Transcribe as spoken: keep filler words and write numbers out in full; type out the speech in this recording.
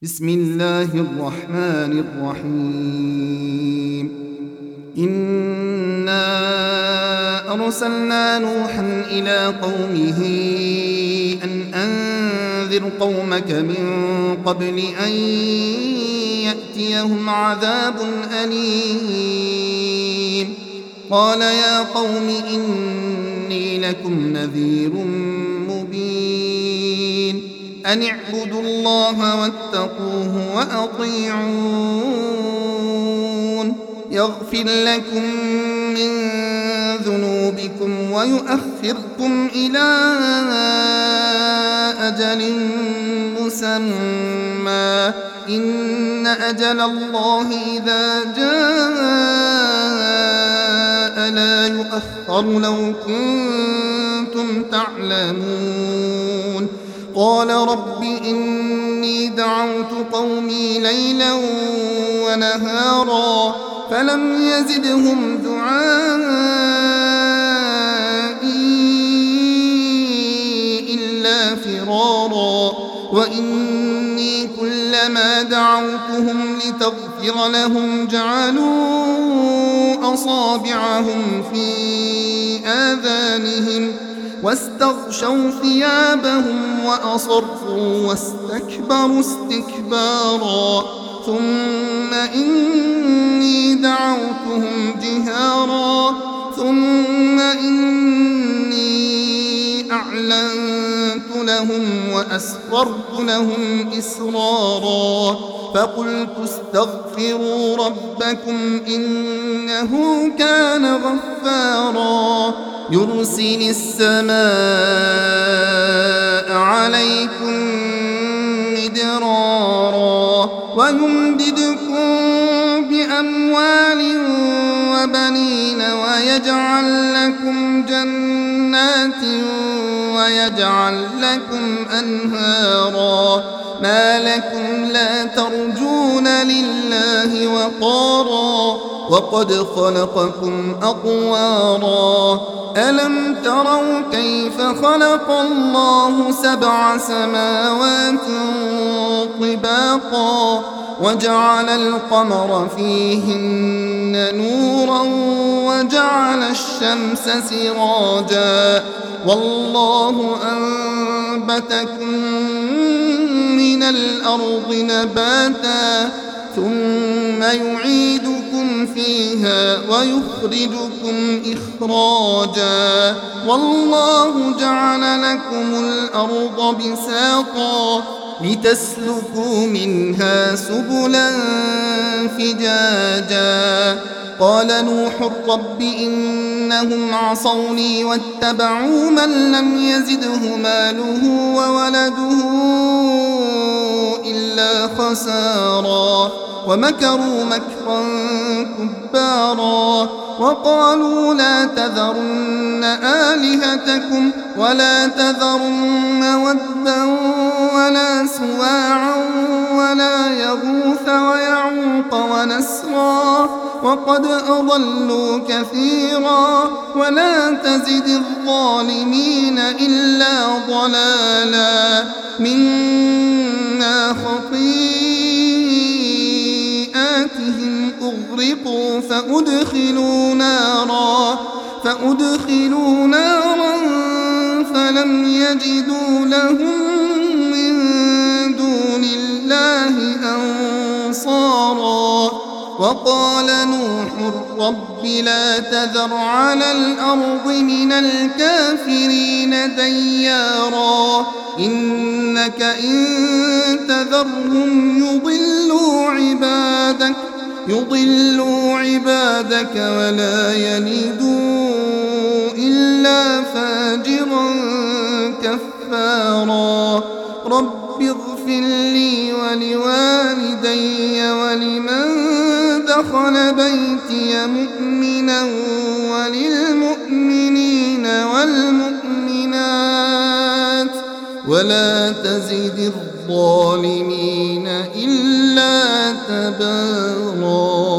بسم الله الرحمن الرحيم إنا أرسلنا نوحا إلى قومه أن أنذر قومك من قبل أن يأتيهم عذاب أليم قال يا قوم إني لكم نذير مبين أن اعبدوا الله واتقوه وأطيعون يغفر لكم من ذنوبكم ويؤخركم إلى أجل مسمى إن أجل الله إذا جاء لا يؤخر لو كنتم تعلمون قال رب إني دعوت قومي ليلا ونهارا فلم يزدهم دعائي إلا فرارا وإني كلما دعوتهم لتغفر لهم جعلوا أصابعهم في آذانهم واستغشوا ثيابهم وأصروا واستكبروا استكبارا ثم إني دعوتهم جهارا ثم إني أعلنت لهم وأسررت لهم إسرارا فقلت استغفروا ربكم إنه كان غفارا يرسل السماء عليكم مدرارا ويمددكم بأموال وبنين ويجعل لكم جنات ويجعل لكم أنهارا ما لكم لا ترجون لله وقارا وقد خلقكم أطوارا ألم تروا كيف خلق الله سبع سماوات طباقا وجعل القمر فيهن نورا وجعل الشمس سراجا والله أنبتكم من الأرض نباتا ثم يعيدكم فيها ويخرجكم إخراجا والله جعل لكم الأرض بساطا لتسلكوا منها سبلا فجاجا قال نوح رب إنهم عصوني واتبعوا من لم يزده ماله وولده إلا خسارا ومكروا مكرا كبارا وقالوا لا تذرن آلهتكم ولا تذرن ودا ولا سواعا ولا يغوث ويعوق ونسرا وقد أضلوا كثيرا ولا تزد الظالمين إلا ضلالا منا خطيئاتهم أغرقوا فأدخلوا نارا فأدخلوا نارا فلم يجدوا لهم من دون الله أنصارا وقال نوح رب لا تذر على الأرض من الكافرين ديارا إنك إن تذرهم يضلوا عبادك يضلوا عبادك ولا يلدوا إلا فاجرا كفارا رب اغفر لي ولوالدي ولمن دخل بيتي مؤمنا وللمؤمنين والمؤمنات ولا تزد الظالمين إلا تبارا.